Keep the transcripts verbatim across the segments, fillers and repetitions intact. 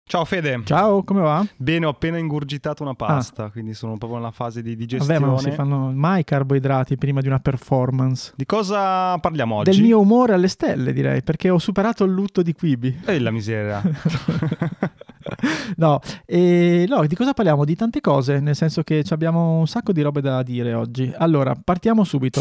Ciao Fede. Ciao, come va? Bene, ho appena ingurgitato una pasta, ah. quindi sono proprio nella fase di digestione. Vabbè, ma non si fanno mai carboidrati prima di una performance. Di cosa parliamo oggi? Del mio umore alle stelle, direi, perché ho superato il lutto di Quibi. E la miseria. No, e, no, di cosa parliamo? Di tante cose, nel senso che abbiamo un sacco di robe da dire oggi. Allora, partiamo subito.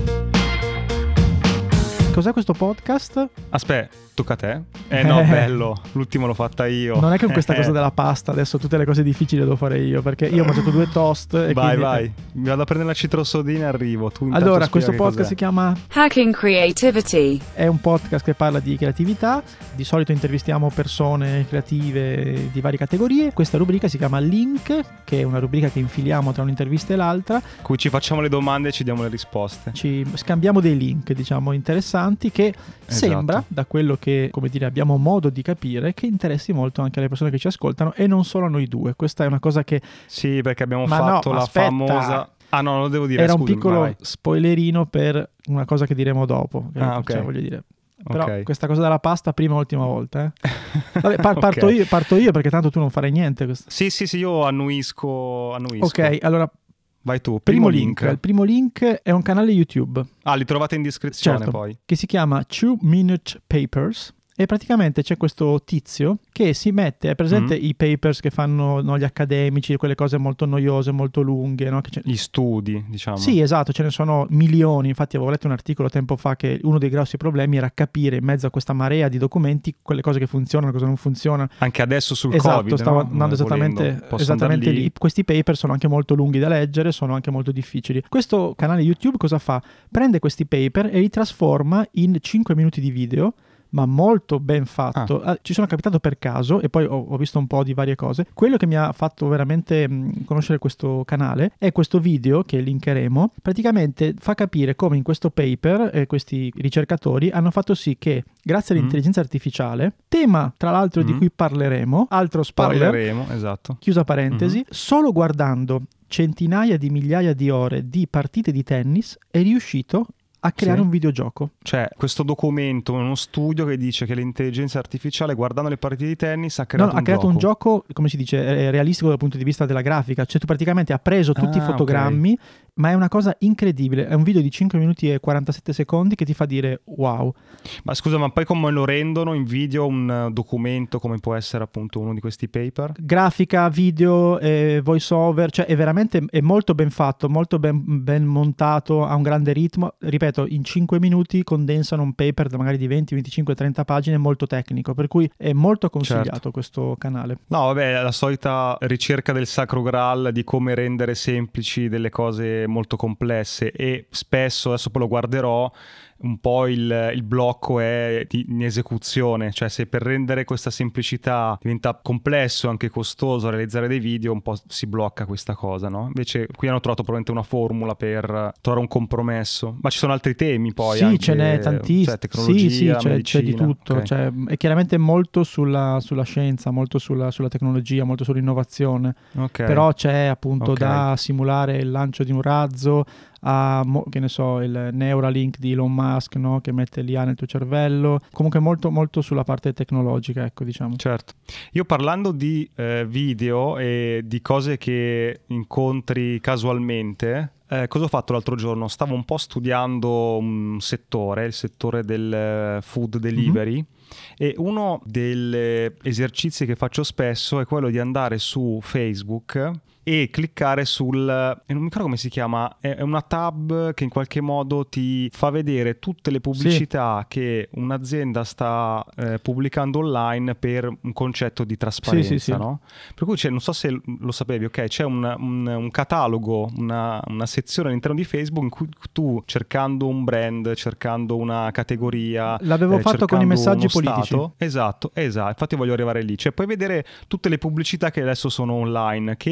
Cos'è questo podcast? Aspetta, tocca a te? Eh no, bello, l'ultimo l'ho fatta io. Non è che con questa cosa della pasta adesso tutte le cose difficili le devo fare io, perché io ho mangiato due toast e vai, quindi... vai, mi vado a prendere la citrosodina e arrivo. Tu allora, questo podcast cos'è? Si chiama Hacking Creativity. È un podcast che parla di creatività. Di solito intervistiamo persone creative di varie categorie. Questa rubrica si chiama Link, che è una rubrica che infiliamo tra un'intervista e l'altra, cui ci facciamo le domande e ci diamo le risposte. Ci scambiamo dei link, diciamo, interessanti, che esatto. Sembra, da quello che, come dire, abbiamo modo di capire, che interessi molto anche alle persone che ci ascoltano e non solo a noi due. Questa è una cosa che... Sì, perché abbiamo Ma fatto no, la aspetta. famosa... Ah no, non lo devo dire, Era scusami, un piccolo vai. spoilerino per una cosa che diremo dopo. Che ah, ok. Cioè, voglio dire... Però okay. questa cosa della pasta prima e ultima volta, eh? Vabbè, par- parto, okay. io, parto io perché tanto tu non farai niente. Sì, sì, sì, io annuisco, annuisco. Ok, allora... Vai tu, primo, primo link. link. Il primo link è un canale YouTube. Ah, li trovate in descrizione, certo, poi. Che si chiama Two Minute Papers. E praticamente c'è questo tizio che si mette, è presente mm. i papers che fanno, no, gli accademici, quelle cose molto noiose, molto lunghe, no? Che c'è... Gli studi, diciamo. Sì, esatto, ce ne sono milioni. Infatti avevo letto un articolo tempo fa che uno dei grossi problemi era capire in mezzo a questa marea di documenti quelle cose che funzionano, cosa non funzionano. Anche adesso sul esatto, Covid, stavo no? andando esattamente, esattamente lì. lì. Questi paper sono anche molto lunghi da leggere, sono anche molto difficili. Questo canale YouTube cosa fa? Prende questi paper e li trasforma in cinque minuti di video, ma molto ben fatto. Ah. Ci sono capitato per caso e poi ho, ho visto un po' di varie cose. Quello che mi ha fatto veramente mh, conoscere questo canale è questo video che linkeremo. Praticamente fa capire come in questo paper eh, questi ricercatori hanno fatto sì che grazie all'intelligenza mm. artificiale, tema tra l'altro mm. di cui parleremo, altro spoiler, parleremo, esatto, chiusa parentesi, mm-hmm. solo guardando centinaia di migliaia di ore di partite di tennis è riuscito a creare sì. un videogioco. Cioè, questo documento, uno studio che dice che l'intelligenza artificiale, guardando le partite di tennis, ha creato, no, un, ha creato gioco. un gioco, come si dice, realistico dal punto di vista della grafica. Cioè, tu praticamente ha preso tutti ah, i fotogrammi, okay. ma è una cosa incredibile. È un video di cinque minuti e quarantasette secondi che ti fa dire wow. Ma scusa, ma poi come lo rendono in video un documento come può essere appunto uno di questi paper? Grafica, video, eh, voice over, cioè è veramente è molto ben fatto, molto ben, ben montato, ha un grande ritmo. Ripeto, in cinque minuti condensano un paper da magari di venti, venticinque, trenta pagine molto tecnico, per cui è molto consigliato certo. questo canale. No, vabbè, la solita ricerca del sacro graal di come rendere semplici delle cose molto complesse, e spesso, adesso poi lo guarderò, un po' il, il blocco è di, in esecuzione, cioè se per rendere questa semplicità diventa complesso e anche costoso realizzare dei video, un po' si blocca questa cosa, no? Invece qui hanno trovato probabilmente una formula per trovare un compromesso, ma ci sono altri temi poi, sì, anche, ce n'è tantissimi, cioè tecnologia, sì, sì, c'è, medicina, c'è di tutto, okay. cioè, è chiaramente molto sulla, sulla scienza, molto sulla, sulla tecnologia, molto sull'innovazione, okay. però c'è appunto okay. da simulare il lancio di un razzo a, che ne so, il Neuralink di Elon Musk, no? Che mette l'I A nel tuo cervello, comunque molto molto sulla parte tecnologica, ecco, diciamo. Certo. Io parlando di eh, video e di cose che incontri casualmente, eh, cosa ho fatto l'altro giorno? Stavo un po' studiando un settore, il settore del food delivery, mm-hmm. e uno degli esercizi che faccio spesso è quello di andare su Facebook e cliccare sul, e non mi ricordo come si chiama, è una tab che in qualche modo ti fa vedere tutte le pubblicità sì. che un'azienda sta eh, pubblicando online per un concetto di trasparenza, sì, sì, sì. no? Per cui c'è, non so se lo sapevi, ok, c'è un, un, un catalogo, una, una sezione all'interno di Facebook in cui tu, cercando un brand, cercando una categoria, l'avevo eh, fatto con i messaggi politici, stato, esatto, esatto, infatti voglio arrivare lì, cioè puoi vedere tutte le pubblicità che adesso sono online, che probabilmente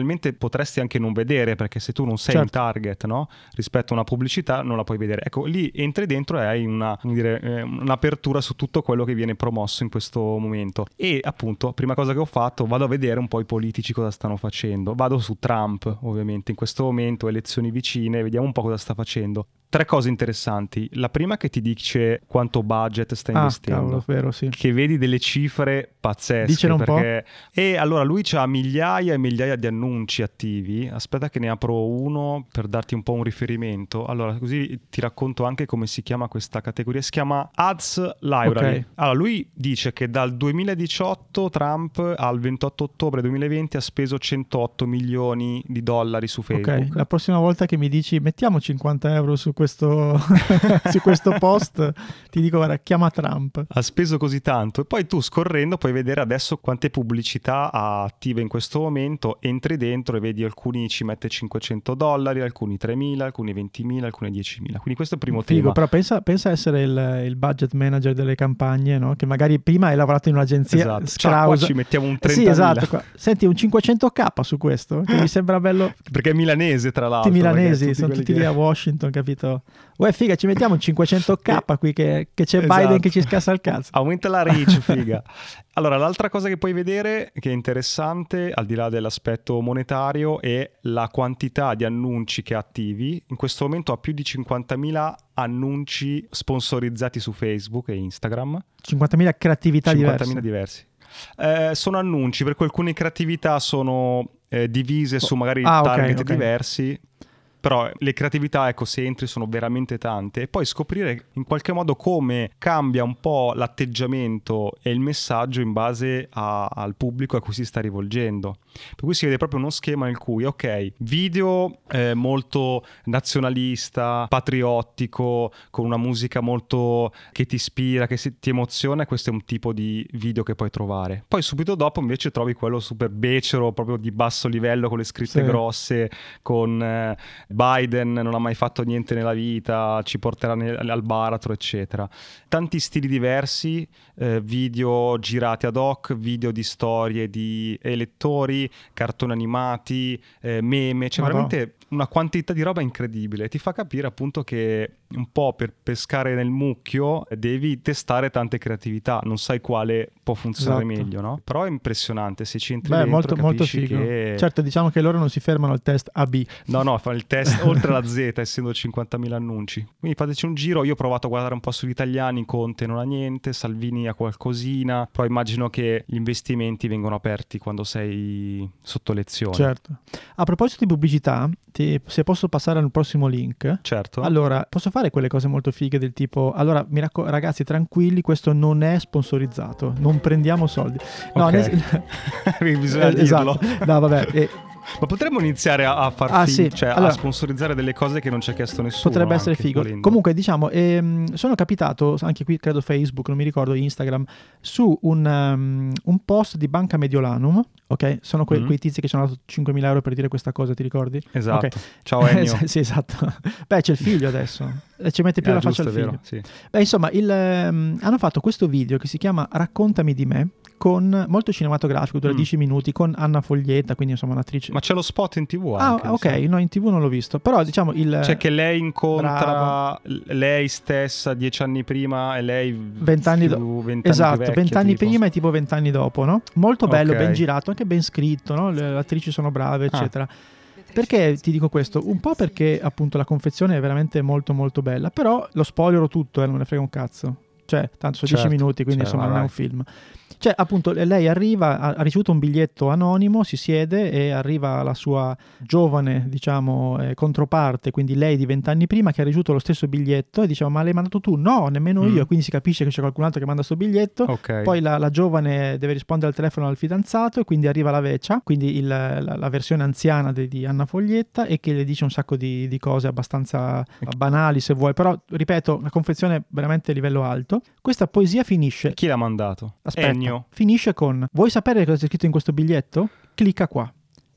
probabilmente potresti anche non vedere, perché se tu non sei certo. in target, no? Rispetto a una pubblicità non la puoi vedere. Ecco, lì entri dentro e hai una, come dire, eh, un'apertura su tutto quello che viene promosso in questo momento. E appunto, prima cosa che ho fatto, vado a vedere un po' i politici cosa stanno facendo. Vado su Trump, ovviamente, in questo momento, elezioni vicine, vediamo un po' cosa sta facendo. Tre cose interessanti. La prima che ti dice quanto budget sta ah, investendo. Cavolo, vero, sì. Che vedi delle cifre pazzesche. Dicene un perché... po'. E allora lui ha migliaia e migliaia di annunci attivi. Aspetta che ne apro uno per darti un po' un riferimento. Allora, così ti racconto anche come si chiama questa categoria. Si chiama Ads Library. Okay. Allora, lui dice che dal duemiladiciotto Trump al ventotto ottobre duemilaventi ha speso centootto milioni di dollari su Facebook. Ok, la prossima volta che mi dici mettiamo cinquanta euro su questo, su questo post, ti dico guarda, chiama Trump. Ha speso così tanto. E poi tu scorrendo puoi vedere adesso quante pubblicità ha attive in questo momento. Entri dentro e vedi alcuni ci mette cinquecento dollari, alcuni tremila, alcuni ventimila, alcuni diecimila. Quindi questo è il primo Figo, tema. Però pensa, pensa a essere il, il budget manager delle campagne, no? Che magari prima hai lavorato in un'agenzia. Esatto. Ciao, qua ci mettiamo un trentamila. Sì, esatto. Qua. Senti, un cinquecento k su questo, che mi sembra bello. Perché è milanese, tra l'altro. Tutti milanesi, tutti sono tutti che... lì a Washington, capito? Uè, figa, ci mettiamo un cinquecento k qui che, che c'è esatto. Biden che ci scassa il cazzo. Aumenta la reach, figa. Allora, l'altra cosa che puoi vedere, che è interessante, al di là dell'aspetto monetario, è la quantità di annunci che ha attivi. In questo momento ha più di cinquantamila annunci sponsorizzati su Facebook e Instagram. cinquantamila creatività cinquantamila diverse. diversi. Eh, sono annunci, per cui alcune creatività sono eh, divise su magari ah, target okay, okay. diversi. Però le creatività, ecco, se entri sono veramente tante. E poi scoprire in qualche modo come cambia un po' l'atteggiamento e il messaggio in base a, al pubblico a cui si sta rivolgendo. Per cui si vede proprio uno schema in cui, ok, video eh, molto nazionalista, patriottico, con una musica molto che ti ispira, che si, ti emoziona, questo è un tipo di video che puoi trovare. Poi subito dopo invece trovi quello super becero, proprio di basso livello, con le scritte sì. grosse, con... Eh, Biden non ha mai fatto niente nella vita, ci porterà nel, al baratro, eccetera. Tanti stili diversi, eh, video girati ad hoc, video di storie di elettori, cartoni animati, eh, meme, c'è Madonna. veramente una quantità di roba incredibile. Ti fa capire appunto che un po' per pescare nel mucchio devi testare tante creatività, non sai quale può funzionare esatto. meglio, no? Però è impressionante, se ci entri Beh, dentro molto, molto figo. Che... Certo, diciamo che loro non si fermano al test A B. No, no, fanno il test oltre la Z, essendo cinquantamila annunci. Quindi fateci un giro. Io ho provato a guardare un po' sugli italiani, Conte non ha niente, Salvini ha qualcosina, però immagino che gli investimenti vengono aperti quando sei sotto lezione. Certo. A proposito di pubblicità, ti, se posso passare al prossimo link. Certo. Allora, posso fare quelle cose molto fighe del tipo, allora, mi raccom- ragazzi, tranquilli, questo non è sponsorizzato, non prendiamo soldi. No, okay. nel... bisogna eh, dirlo. Esatto. No, vabbè. E... Ma potremmo iniziare a, a far ah, fi- sì. cioè allora, a sponsorizzare delle cose che non ci ha chiesto nessuno. Potrebbe essere anche, figo. volendo. Comunque, diciamo, ehm, sono capitato, anche qui credo Facebook, non mi ricordo, Instagram, su un, um, un post di Banca Mediolanum, ok? Sono que- mm. quei tizi che ci hanno dato cinquemila euro per dire questa cosa, ti ricordi? Esatto. Okay. Ciao Ennio. Sì, esatto. Beh, c'è il figlio adesso. E ci mette più eh, la giusto, faccia al figlio. vero, sì. Beh, insomma, il, um, hanno fatto questo video che si chiama Raccontami di me, con molto cinematografico, dura mm. dieci minuti, con Anna Foglietta, quindi insomma un'attrice. Ma c'è lo spot in tivù ah, anche. ok, no, in tivù non l'ho visto, però diciamo il... Cioè che lei incontra Bravo. lei stessa dieci anni prima e lei vent'anni dopo. Esatto, vent'anni prima e tipo vent'anni dopo, no? Molto bello, okay. Ben girato, anche ben scritto, no? Le attrici sono brave, eccetera. Ah. Perché ti dico questo? Un po' perché appunto la confezione è veramente molto molto bella, però lo spoilero tutto, eh, non me ne frega un cazzo. Cioè, tanto sono certo, dieci minuti, quindi certo, insomma non è vai. un film. Cioè, appunto, lei arriva, ha, ha ricevuto un biglietto anonimo, si siede e arriva la sua giovane, diciamo, eh, controparte, quindi lei di vent'anni prima, che ha ricevuto lo stesso biglietto e diceva, ma l'hai mandato tu? No, nemmeno mm. io. Quindi si capisce che c'è qualcun altro che manda sto biglietto. Okay. Poi la, la giovane deve rispondere al telefono al fidanzato e quindi arriva la vecchia, quindi il, la, la versione anziana di, di Anna Foglietta, e che le dice un sacco di, di cose abbastanza banali, se vuoi. Però, ripeto, una confezione veramente a livello alto. Questa poesia finisce... Chi l'ha mandato? Aspetta. Ennio. Finisce con: vuoi sapere cosa c'è scritto in questo biglietto? Clicca qua.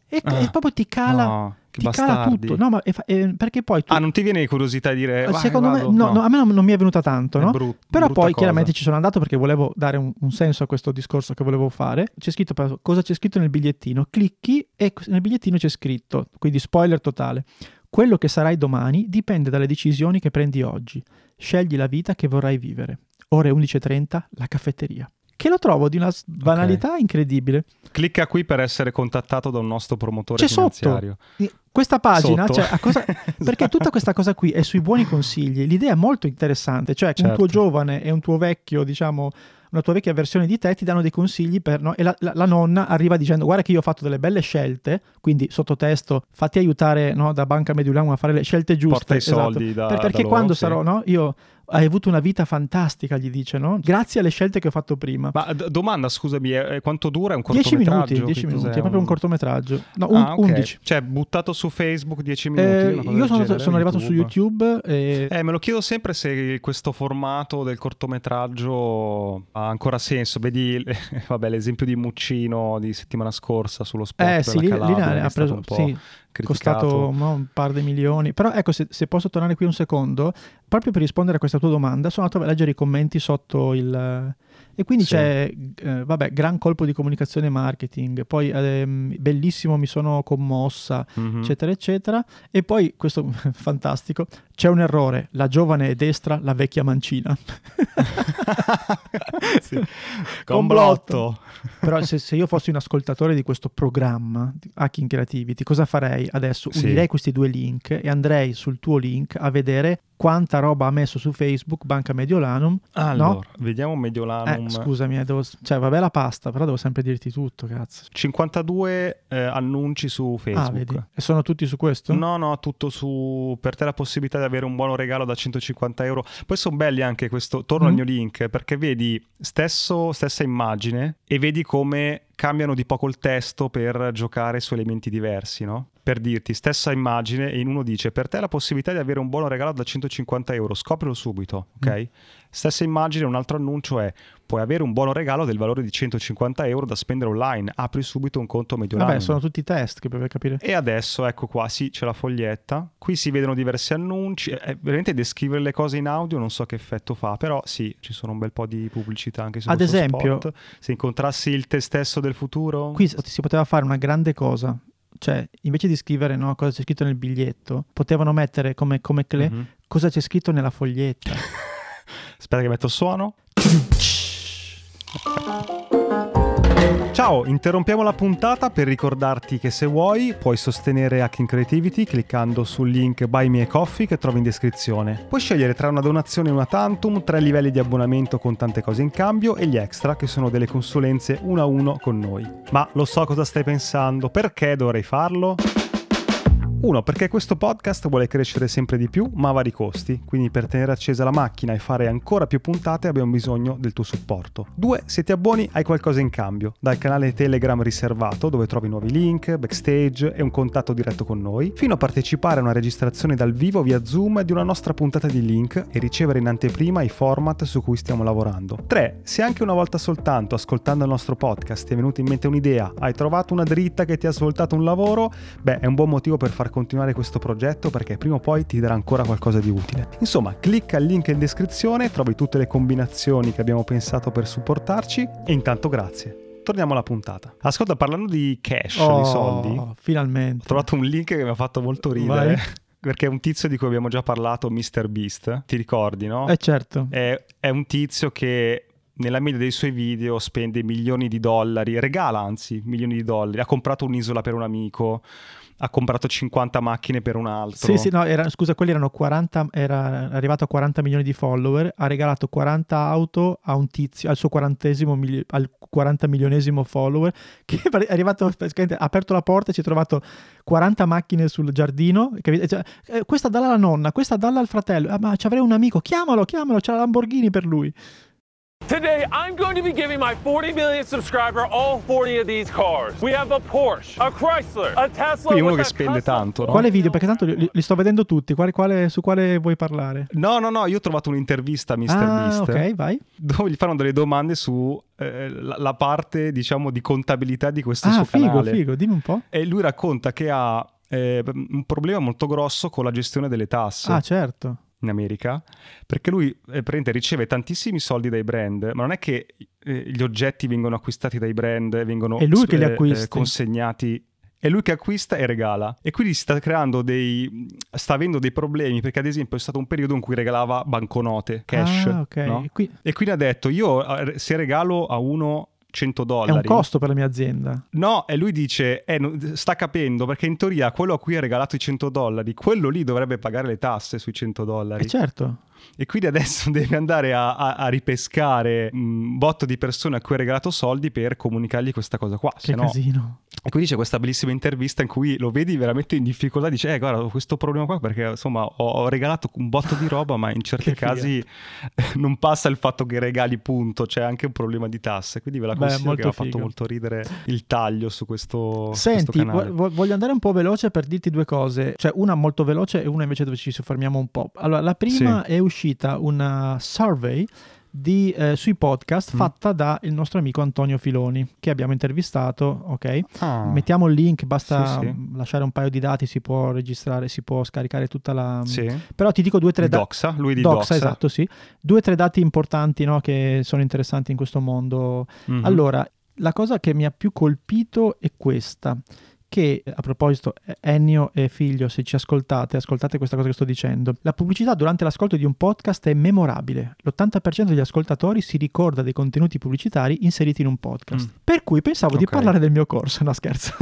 e, ah, e proprio ti cala, no, ti cala tutto. No, ma è, è, perché poi tu, ah, non ti viene curiosità di dire vai, secondo vado, me no, no. no, a me non, non mi è venuta tanto, no? Brut, però poi cosa. chiaramente ci sono andato perché volevo dare un, un senso a questo discorso che volevo fare. C'è scritto cosa c'è scritto nel bigliettino, clicchi e nel bigliettino c'è scritto, quindi spoiler totale: quello che sarai domani dipende dalle decisioni che prendi oggi. Scegli la vita che vorrai vivere. Ore undici e trenta, la caffetteria. Che lo trovo di una banalità okay. incredibile. Clicca qui per essere contattato da un nostro promotore C'è finanziario. Sotto questa pagina, Sotto. cioè, a cosa, perché tutta questa cosa qui è sui buoni consigli. L'idea è molto interessante, cioè certo. un tuo giovane e un tuo vecchio, diciamo, una tua vecchia versione di te ti danno dei consigli per, no? E la, la, la nonna arriva dicendo: guarda che io ho fatto delle belle scelte, quindi sottotesto fatti aiutare, no, da Banca Mediolanum a fare le scelte giuste. Porta i esatto. soldi da, per, perché da quando loro, sarò, sì. no, io hai avuto una vita fantastica, gli dice, no? Grazie alle scelte che ho fatto prima. Ma d- domanda, scusami, è, quanto dura? È un dieci cortometraggio? minuti, dieci minuti, è proprio un cortometraggio. No, ah, un, okay. undici. Cioè, buttato su Facebook dieci minuti? Eh, una cosa io sono, genere, sono arrivato YouTube. su YouTube e... Eh, me lo chiedo sempre se questo formato del cortometraggio ha ancora senso. Vedi, vabbè, l'esempio di Muccino di settimana scorsa sullo spot eh, per sì, la lì, Calabria, lì che ha è stato preso, un po' sì, criticato. costato no, un par di milioni. Però ecco, se, se posso tornare qui un secondo, proprio per rispondere a questa tua domanda, sono andato a leggere i commenti sotto il... E quindi sì. c'è, eh, vabbè, gran colpo di comunicazione e marketing, poi ehm, bellissimo, mi sono commossa, mm-hmm. eccetera, eccetera. E poi, questo fantastico, c'è un errore, la giovane è destra, la vecchia mancina. sì. Complotto. Però se, se io fossi un ascoltatore di questo programma, Hacking Creativity, cosa farei adesso? Sì. Unirei questi due link e andrei sul tuo link a vedere quanta roba ha messo su Facebook Banca Mediolanum. Allora, no? vediamo Mediolanum. Eh, scusami, eh, devo, cioè vabbè la pasta, però devo sempre dirti tutto, cazzo. cinquantadue eh, annunci su Facebook. Ah, vedi? E sono tutti su questo? No, no, tutto su... Per te la possibilità di avere un buono regalo da centocinquanta euro. Poi sono belli anche questo... Torno mm. al mio link, perché vedi stesso, stessa immagine e vedi come cambiano di poco il testo per giocare su elementi diversi, no? Per dirti, stessa immagine e in uno dice: per te la possibilità di avere un buono regalo da centocinquanta euro, scoprilo subito, ok? Mm. Stessa immagine, un altro annuncio è: puoi avere un buono regalo del valore di centocinquanta euro da spendere online, apri subito un conto Mediolanum. Vabbè, sono tutti test che per capire. E adesso, ecco qua, sì, c'è la foglietta, qui si vedono diversi annunci, eh, veramente descrivere le cose in audio non so che effetto fa, però sì, ci sono un bel po' di pubblicità anche su ad questo esempio, spot. Se incontrassi il te stesso del futuro... Qui si poteva fare una grande cosa. Cioè, invece di scrivere, no, cosa c'è scritto nel biglietto, potevano mettere come, come clé mm-hmm. cosa c'è scritto nella foglietta. Aspetta che metto il suono. Ciao, interrompiamo la puntata per ricordarti che se vuoi puoi sostenere Hacking Creativity cliccando sul link Buy Me a Coffee che trovi in descrizione. Puoi scegliere tra una donazione e una tantum, tre livelli di abbonamento con tante cose in cambio e gli extra che sono delle consulenze uno a uno con noi. Ma lo so cosa stai pensando, perché dovrei farlo? Uno, perché questo podcast vuole crescere sempre di più, ma a vari costi, quindi per tenere accesa la macchina e fare ancora più puntate abbiamo bisogno del tuo supporto. Due, se ti abboni hai qualcosa in cambio, dal canale Telegram riservato dove trovi nuovi link, backstage e un contatto diretto con noi, fino a partecipare a una registrazione dal vivo via Zoom di una nostra puntata di Link e ricevere in anteprima i format su cui stiamo lavorando. Tre, se anche una volta soltanto ascoltando il nostro podcast ti è venuta in mente un'idea, hai trovato una dritta che ti ha svoltato un lavoro, beh è un buon motivo per far continuare questo progetto perché prima o poi ti darà ancora qualcosa di utile. Insomma, clicca il link in descrizione, trovi tutte le combinazioni che abbiamo pensato per supportarci e intanto grazie. Torniamo alla puntata. Ascolta, parlando di cash, oh, di soldi, finalmente ho trovato un link che mi ha fatto molto ridere. Vai. Perché è un tizio di cui abbiamo già parlato, mister Beast, ti ricordi, no? Eh certo. È, è un tizio che nella media dei suoi video spende milioni di dollari, regala anzi milioni di dollari, ha comprato un'isola per un amico, ha comprato cinquanta macchine per un altro. Sì, sì, no, era, scusa, quelli erano quaranta, era arrivato a quaranta milioni di follower, ha regalato quaranta auto a un tizio, al suo quarantesimo, al quaranta milionesimo follower, che è arrivato, ha aperto la porta e ci ha trovato quaranta macchine sul giardino, cioè, eh, questa dalla alla nonna, questa dalla al fratello, ah, ma ci avrei un amico, chiamalo, chiamalo, c'è la Lamborghini per lui. Today, I'm going to be giving my forty million subscriber all forty of these cars. We have a Porsche, a Chrysler, a Tesla. Qui uno che spende tanto, no? Quale video? Perché tanto li, li sto vedendo tutti. Quale, quale, su quale vuoi parlare? No, no, no, io ho trovato un'intervista a mister Ah, Beast. ok, vai. Dove gli fanno delle domande su eh, la, la parte, diciamo, di contabilità di questo Ah, suo figo, canale. figo, dimmi un po'. E lui racconta che ha eh, un problema molto grosso con la gestione delle tasse. Ah, certo. In America, perché lui eh, prende, riceve tantissimi soldi dai brand, ma non è che eh, gli oggetti vengono acquistati dai brand, vengono È lui che li eh, acquista. eh, consegnati, è lui che acquista e regala, e quindi sta creando dei sta avendo dei problemi, perché ad esempio è stato un periodo in cui regalava banconote, cash, Ah, ok. no? Qui- E quindi ha detto io eh, se regalo a uno cento dollari È un costo per la mia azienda. No, e lui dice, eh, non- sta capendo, perché in teoria quello a cui ha regalato i cento dollari, quello lì dovrebbe pagare le tasse sui cento dollari. Eh certo. E quindi adesso deve andare a, a, a ripescare un botto di persone a cui ha regalato soldi per comunicargli questa cosa qua. Che se no... casino. E quindi c'è questa bellissima intervista in cui lo vedi veramente in difficoltà, dice eh guarda ho questo problema qua perché insomma ho, ho regalato un botto di roba, ma in certi Che figa. casi non passa il fatto che regali punto, c'è anche un problema di tasse, quindi ve la Beh, consiglio, molto che mi ha fatto figo. molto ridere il taglio su questo, su Senti, questo canale. vo- voglio andare un po' veloce per dirti due cose, cioè una molto veloce e una invece dove ci soffermiamo un po'. Allora, la prima Sì. è uscita una survey di, eh, sui podcast Mm. fatta da il nostro amico Antonio Filoni, che abbiamo intervistato, ok? Ah. Mettiamo il link, basta Sì, sì. mm, lasciare un paio di dati, si può registrare, si può scaricare tutta la... Sì. Però ti dico due o tre Di dati. Doxa, lui di Doxa, Doxa. esatto, sì. Due o tre dati importanti, no, che sono interessanti in questo mondo. Mhm. Allora, la cosa che mi ha più colpito è questa, che a proposito, Ennio e figlio, se ci ascoltate, ascoltate questa cosa che sto dicendo. La pubblicità durante l'ascolto di un podcast è memorabile. L'ottanta per cento degli ascoltatori si ricorda dei contenuti pubblicitari inseriti in un podcast. Mm. Per cui pensavo di Ok. parlare del mio corso, no scherzo.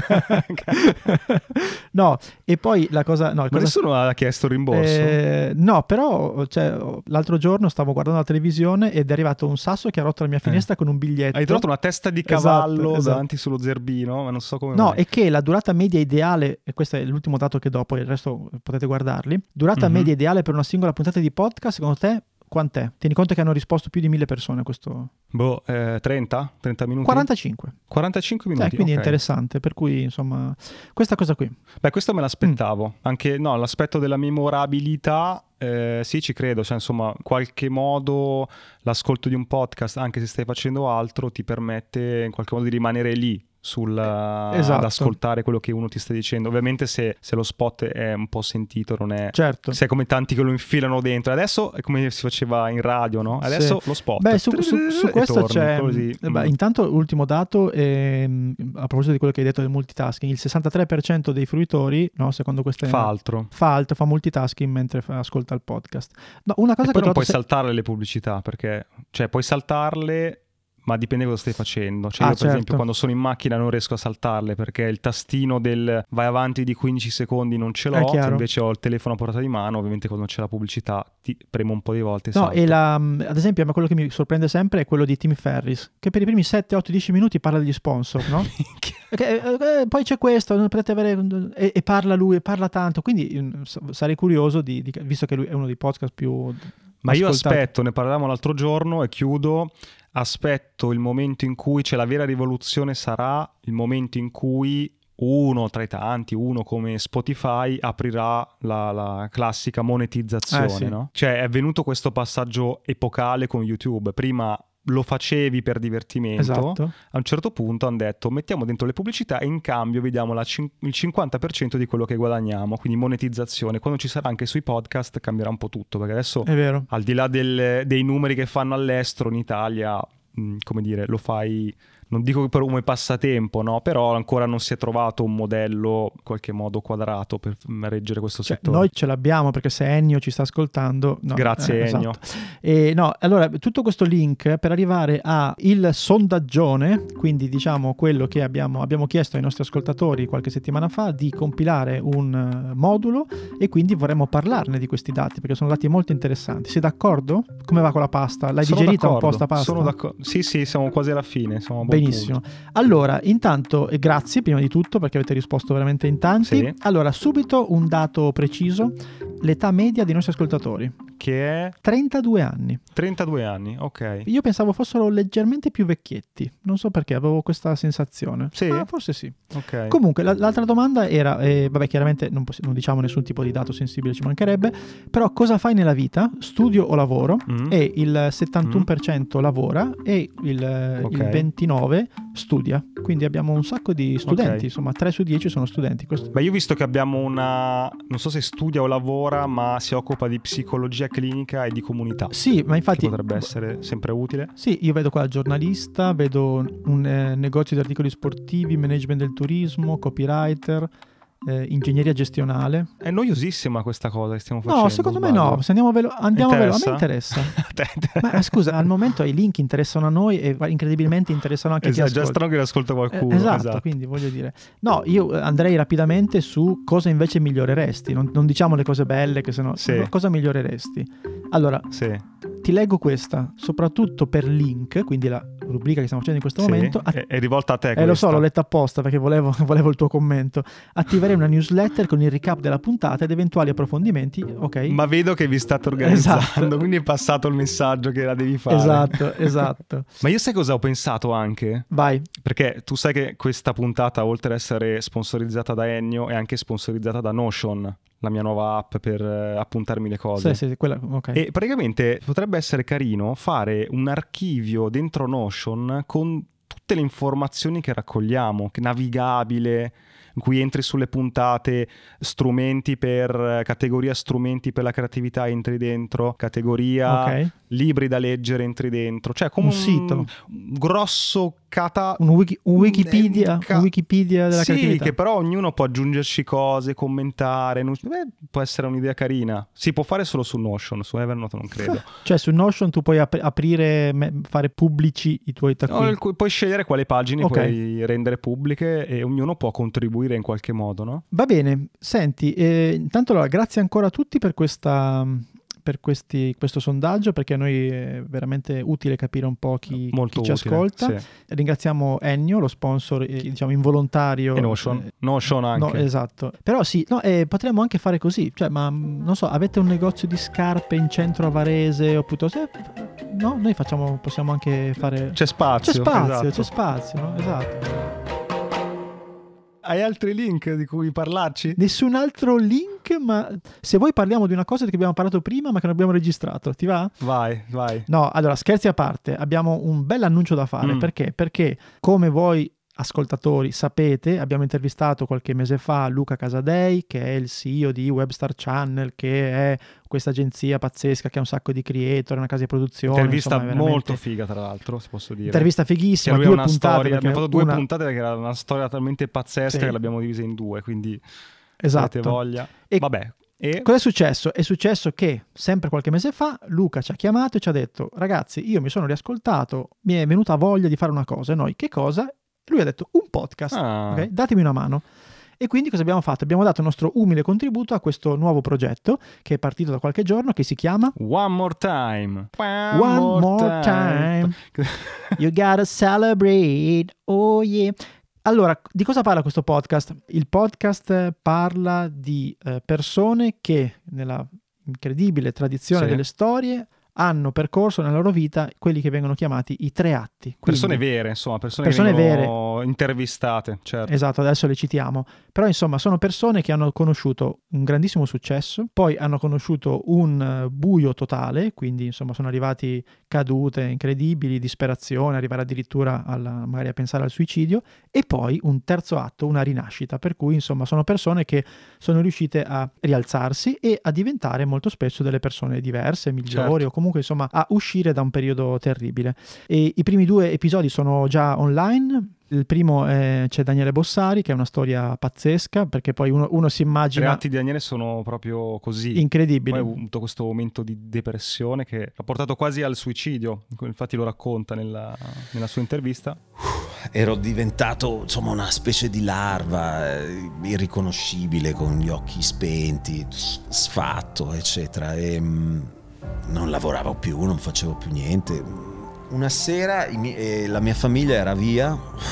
No, e poi la cosa... No, Ma cosa nessuno ha chiesto il rimborso? eh, no, però cioè, l'altro giorno stavo guardando la televisione ed è arrivato un sasso che ha rotto la mia finestra con un biglietto. Hai trovato una testa di Esatto, cavallo esatto. davanti sullo zerbino, ma non so come No, mai. è che la durata media ideale, e questo è l'ultimo dato che do, poi il resto potete guardarli, durata Mhm. media ideale per una singola puntata di podcast, secondo te quant'è? Tieni conto che hanno risposto più di mille persone a questo... Boh, eh, trenta? trenta minuti? quarantacinque. quarantacinque Eh, minuti, quindi è ok. interessante, per cui insomma questa cosa qui. Beh, questo me l'aspettavo. Mm. Anche no, l'aspetto della memorabilità, eh, sì, ci credo. Cioè, insomma, in qualche modo l'ascolto di un podcast, anche se stai facendo altro, ti permette in qualche modo di rimanere lì sul Esatto. ad ascoltare quello che uno ti sta dicendo. Ovviamente se, se lo spot è un po' sentito, non è... Certo. Se è come tanti che lo infilano dentro. Adesso è come si faceva in radio, no? Adesso Sì. lo spot. Beh, su, su- su E questo torni, c'è... così. eh, beh, Mm. intanto, ultimo dato, ehm, a proposito di quello che hai detto del multitasking, il sessantatré per cento dei fruitori, no, secondo queste... Fa altro. fa altro, fa multitasking mentre fa- ascolta il podcast. No, una cosa E che poi non ho puoi trovato se- saltarle le pubblicità, perché cioè puoi saltarle, ma dipende cosa stai facendo. Cioè Ah, io per certo. esempio quando sono in macchina non riesco a saltarle perché il tastino del vai avanti di quindici secondi non ce È l'ho, chiaro. se invece ho il telefono a portata di mano, ovviamente quando c'è la pubblicità ti premo un po' di volte e No, salto. e la, ad esempio, a me quello che mi sorprende sempre è quello di Tim Ferriss, che per i primi sette, otto, dieci minuti parla degli sponsor, no? Che, eh, eh, poi c'è questo, non potete avere, e, e parla lui, e parla tanto, quindi eh, s- sarei curioso, di, di- visto che lui è uno dei podcast più Ma io ascoltati. aspetto, ne parlavamo l'altro giorno e chiudo, aspetto il momento in cui, cioè la vera rivoluzione sarà il momento in cui uno tra i tanti, uno come Spotify aprirà la, la classica monetizzazione, Eh, sì. no? Cioè è venuto questo passaggio epocale con YouTube, prima lo facevi per divertimento, Esatto. a un certo punto hanno detto mettiamo dentro le pubblicità e in cambio vi diamo la cin- il cinquanta per cento di quello che guadagniamo, quindi monetizzazione. Quando ci sarà anche sui podcast cambierà un po' tutto, perché adesso È vero. al di là del- dei numeri che fanno all'estero, in Italia, mh, come dire, lo fai, non dico per come passatempo, no? Però ancora non si è trovato un modello in qualche modo quadrato per mh, reggere questo Cioè, settore. noi ce l'abbiamo perché se Ennio ci sta ascoltando... no, Grazie, eh, Ennio. esatto. E, no, allora, tutto questo link per arrivare a il sondaggione, quindi diciamo quello che abbiamo, abbiamo chiesto ai nostri ascoltatori qualche settimana fa di compilare un eh, modulo e quindi vorremmo parlarne di questi dati perché sono dati molto interessanti. Sei d'accordo? Come va con la pasta? L'hai Sono digerita un po' d'accordo, sta pasta? Sono d'accordo. Sì, sì, siamo quasi alla fine. Siamo a buon Benissimo. punto. Allora, intanto, e grazie prima di tutto perché avete risposto veramente in tanti. Sì. Allora, subito un dato preciso l'età media dei nostri ascoltatori, che è trentadue anni. trentadue anni, ok. Io pensavo fossero leggermente più vecchietti, non so perché, avevo questa sensazione. Sì? Ah, forse sì. Ok. Comunque la, l'altra domanda era, eh, vabbè chiaramente non, poss- non diciamo nessun tipo di dato sensibile, ci mancherebbe, però cosa fai nella vita? Studio o lavoro? Mm. E il settantuno per cento Mm. lavora e il, Ok. il ventinove per cento studia. Quindi abbiamo un sacco di studenti, Ok. insomma tre su dieci sono studenti. Questo... Beh, io ho visto che abbiamo una, non so se studia o lavora, ma si occupa di psicologia clinica e di comunità. Sì, ma infatti... Che potrebbe essere sempre utile. Sì, io vedo qua giornalista, vedo un eh, negozio di articoli sportivi, management del turismo, copywriter, eh, ingegneria gestionale. È noiosissima questa cosa che stiamo facendo. No, secondo me sbaglio? no, se andiamo, velo- andiamo velo- a me Interessa? interessa. A te interessa? Ma scusa, al momento i link interessano a noi e incredibilmente interessano anche Esatto, chi già ascolta. strano che ascolta qualcuno. Eh, esatto, esatto. quindi voglio dire. No, io andrei rapidamente su cosa invece miglioreresti. Non, non diciamo le cose belle, che sennò Sì. cosa miglioreresti. Allora, Sì. ti leggo questa, soprattutto per link, quindi la rubrica che stiamo facendo in questo Sì, momento. è, è rivolta a te. Eh, lo so, questa. l'ho letta apposta perché volevo, volevo il tuo commento. Attiverei una newsletter con il recap della puntata ed eventuali approfondimenti. Ok. Ma vedo che vi state organizzando, Esatto. quindi è passato il messaggio che la devi fare. Esatto, esatto. Ma io sai cosa ho pensato anche? Vai. Perché tu sai che questa puntata, oltre ad essere sponsorizzata da Ennio, è anche sponsorizzata da Notion, la mia nuova app per eh, appuntarmi le cose. Sì, sì, quella, ok. E praticamente potrebbe essere carino fare un archivio dentro Notion con tutte le informazioni che raccogliamo, che navigabile, in cui entri sulle puntate, strumenti per categoria, strumenti per la creatività, entri dentro, categoria Ok. libri da leggere, entri dentro, cioè come Un sito. un grosso cata Un, wiki- un Wikipedia, un ca- un Wikipedia della sì, creatività. che però ognuno può aggiungerci cose, commentare. non- beh, può essere un'idea carina. Si può fare solo su Notion, su Evernote non credo. Cioè su Notion tu puoi ap- aprire, me- fare pubblici i tuoi No, taccuini. il cui- puoi scegliere quale pagine Ok. puoi rendere pubbliche e ognuno può contribuire in qualche modo, no? Va bene, senti, eh, intanto allora, grazie ancora a tutti per questa per questi, questo sondaggio, perché a noi è veramente utile capire un po' chi, Molto chi ci utile, ascolta. sì. Ringraziamo Ennio, lo sponsor eh, diciamo involontario. E Notion, Eh, Notion No, anche. esatto. Però sì, no, eh, potremmo anche fare così. Cioè, ma mh, non so, avete un negozio di scarpe in centro a Varese o piuttosto... eh, no, noi facciamo, possiamo anche fare... C'è spazio. C'è spazio, esatto. c'è spazio, no? Esatto. Hai altri link di cui parlarci? Nessun altro link, ma se vuoi parliamo di una cosa di cui abbiamo parlato prima ma che non abbiamo registrato, ti va? Vai, vai. No, allora scherzi a parte, abbiamo un bel annuncio da fare. Mm. Perché? Perché come voi ascoltatori sapete, abbiamo intervistato qualche mese fa Luca Casadei, che è il C E O di Webstar Channel, che è questa agenzia pazzesca che ha un sacco di creator, una casa di produzione. Intervista insomma, veramente- molto figa, tra l'altro, se posso dire. Intervista Che fighissima, lui ha due una puntate. storia, perché abbiamo fatto due una- puntate perché era una storia talmente pazzesca Sì. che l'abbiamo divisa in due, quindi se Esatto. avete voglia. E- Vabbè. E Cosa è successo? È successo che sempre qualche mese fa Luca ci ha chiamato e ci ha detto: ragazzi, io mi sono riascoltato, mi è venuta voglia di fare una cosa. E noi, che cosa? Lui ha detto: un podcast, Ah. ok? Datemi una mano. E quindi cosa abbiamo fatto? Abbiamo dato il nostro umile contributo a questo nuovo progetto che è partito da qualche giorno, che si chiama One More Time. One, One More Time. You Gotta Celebrate, oh yeah. Allora, di cosa parla questo podcast? Il podcast parla di eh, persone che nella incredibile tradizione Sì. delle storie hanno percorso nella loro vita quelli che vengono chiamati i tre atti. Quindi- Persone vere, insomma, persone, Persone che vengono intervistate, certo. Esatto, adesso le citiamo. Però insomma sono persone che hanno conosciuto un grandissimo successo, poi hanno conosciuto un eh, buio totale, quindi insomma sono arrivati cadute incredibili, disperazione, arrivare addirittura alla, magari a pensare al suicidio, e poi un terzo atto, una rinascita, per cui insomma sono persone che sono riuscite a rialzarsi e a diventare molto spesso delle persone diverse, migliori, Certo. o comunque insomma a uscire da un periodo terribile. E i primi due episodi sono già online. Il primo è, c'è Daniele Bossari, che è una storia pazzesca, perché poi uno, uno si I immagina reati di Daniele sono proprio così. incredibili. Poi ha avuto questo momento di depressione che l'ha portato quasi al suicidio, infatti lo racconta nella, nella sua intervista. Ero diventato insomma una specie di larva eh, irriconoscibile, con gli occhi spenti, s- sfatto eccetera, e mh, non lavoravo più, non facevo più niente. Una sera i miei- eh, la mia famiglia era via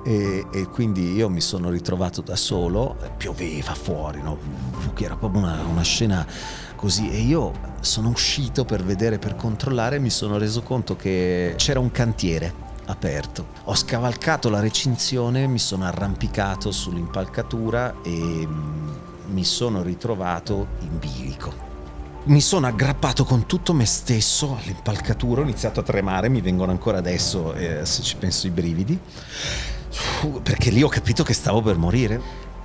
E, e quindi io mi sono ritrovato da solo, pioveva fuori, no? Era proprio una, una scena così, e io sono uscito per vedere, per controllare, e mi sono reso conto che c'era un cantiere aperto. Ho scavalcato la recinzione, mi sono arrampicato sull'impalcatura e mi sono ritrovato in bilico. Mi sono aggrappato con tutto me stesso all'impalcatura, ho iniziato a tremare, mi vengono ancora adesso, eh, se ci penso, i brividi, perché lì ho capito che stavo per morire.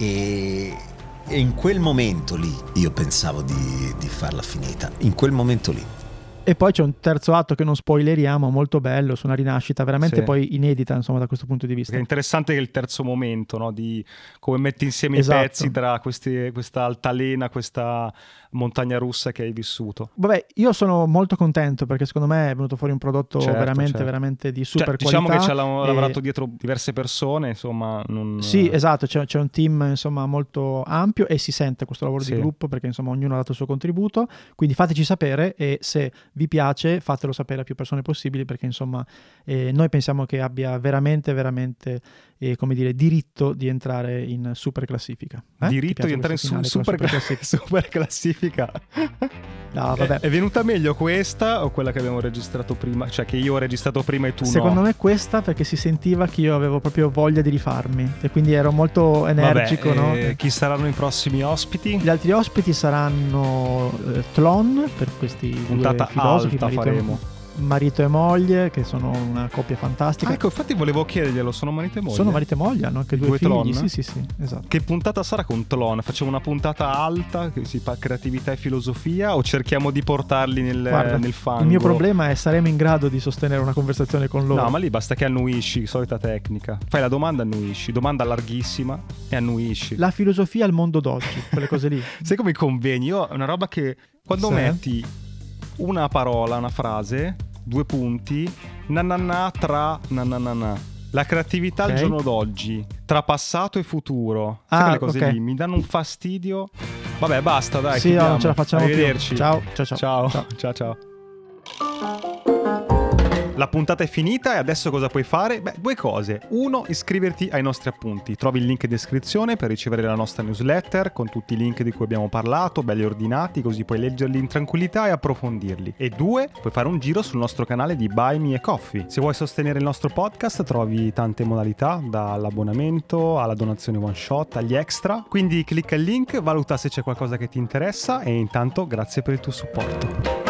E, e in quel momento lì io pensavo di, di farla finita, in quel momento lì. E poi c'è un terzo atto che non spoileriamo, molto bello, su una rinascita veramente sì. poi inedita, insomma, da questo punto di vista. È interessante che il terzo momento, no? Di come metti insieme esatto. i pezzi tra questi, questa altalena, questa montagna russa che hai vissuto. Vabbè, io sono molto contento perché secondo me è venuto fuori un prodotto certo, veramente certo. veramente di super cioè, qualità. Diciamo che ci hanno e... lavorato dietro diverse persone, insomma. Non... Sì, esatto, c'è, c'è un team insomma molto ampio e si sente questo lavoro sì. di gruppo perché insomma ognuno ha dato il suo contributo, quindi fateci sapere e se vi piace fatelo sapere a più persone possibili perché insomma eh, noi pensiamo che abbia veramente veramente eh, come dire diritto di entrare in super classifica. Eh? Diritto di entrare in su- super, super classifica. Super classifica. No, vabbè. È, è venuta meglio questa o quella che abbiamo registrato prima? Cioè che io ho registrato prima e tu Secondo no? me questa perché si sentiva che io avevo proprio voglia di rifarmi e quindi ero molto energico. Vabbè, no? eh, chi saranno i prossimi ospiti? Gli altri ospiti saranno eh, Tlon per questi puntata due filosofi, alta marito faremo. E, marito e moglie che sono una coppia fantastica. Ah, ecco, infatti volevo chiederglielo, sono marito e moglie? Sono marito e moglie, hanno anche due, due figli. Tlon? Sì, sì, sì, esatto. Che puntata sarà con Tlon? Facciamo una puntata alta che si fa creatività e filosofia o cerchiamo di portarli nel, Guarda, nel fango? Il mio problema è saremo in grado di sostenere una conversazione con loro. No, ma lì basta che annuisci, solita tecnica. Fai la domanda, annuisci, domanda larghissima e annuisci. La filosofia al mondo d'oggi, quelle cose lì. Sai come i convegni? Io è una roba che quando sì. metti una parola, una frase, due punti, nananà tra nananà. La creatività okay. al giorno d'oggi, tra passato e futuro. Sai ah, quelle cose okay. lì mi danno un fastidio. Vabbè, basta, dai. Sì, no, non ce la facciamo Arrivederci. più. Ciao, ciao, ciao. Ciao, ciao. ciao, ciao. La puntata è finita e adesso cosa puoi fare? Beh, due cose. Uno, iscriverti ai nostri appunti. Trovi il link in descrizione per ricevere la nostra newsletter con tutti i link di cui abbiamo parlato, belli ordinati, così puoi leggerli in tranquillità e approfondirli. E due, puoi fare un giro sul nostro canale di Buy Me a Coffee. Se vuoi sostenere il nostro podcast trovi tante modalità, dall'abbonamento alla donazione one shot, agli extra. Quindi clicca il link, valuta se c'è qualcosa che ti interessa e intanto grazie per il tuo supporto.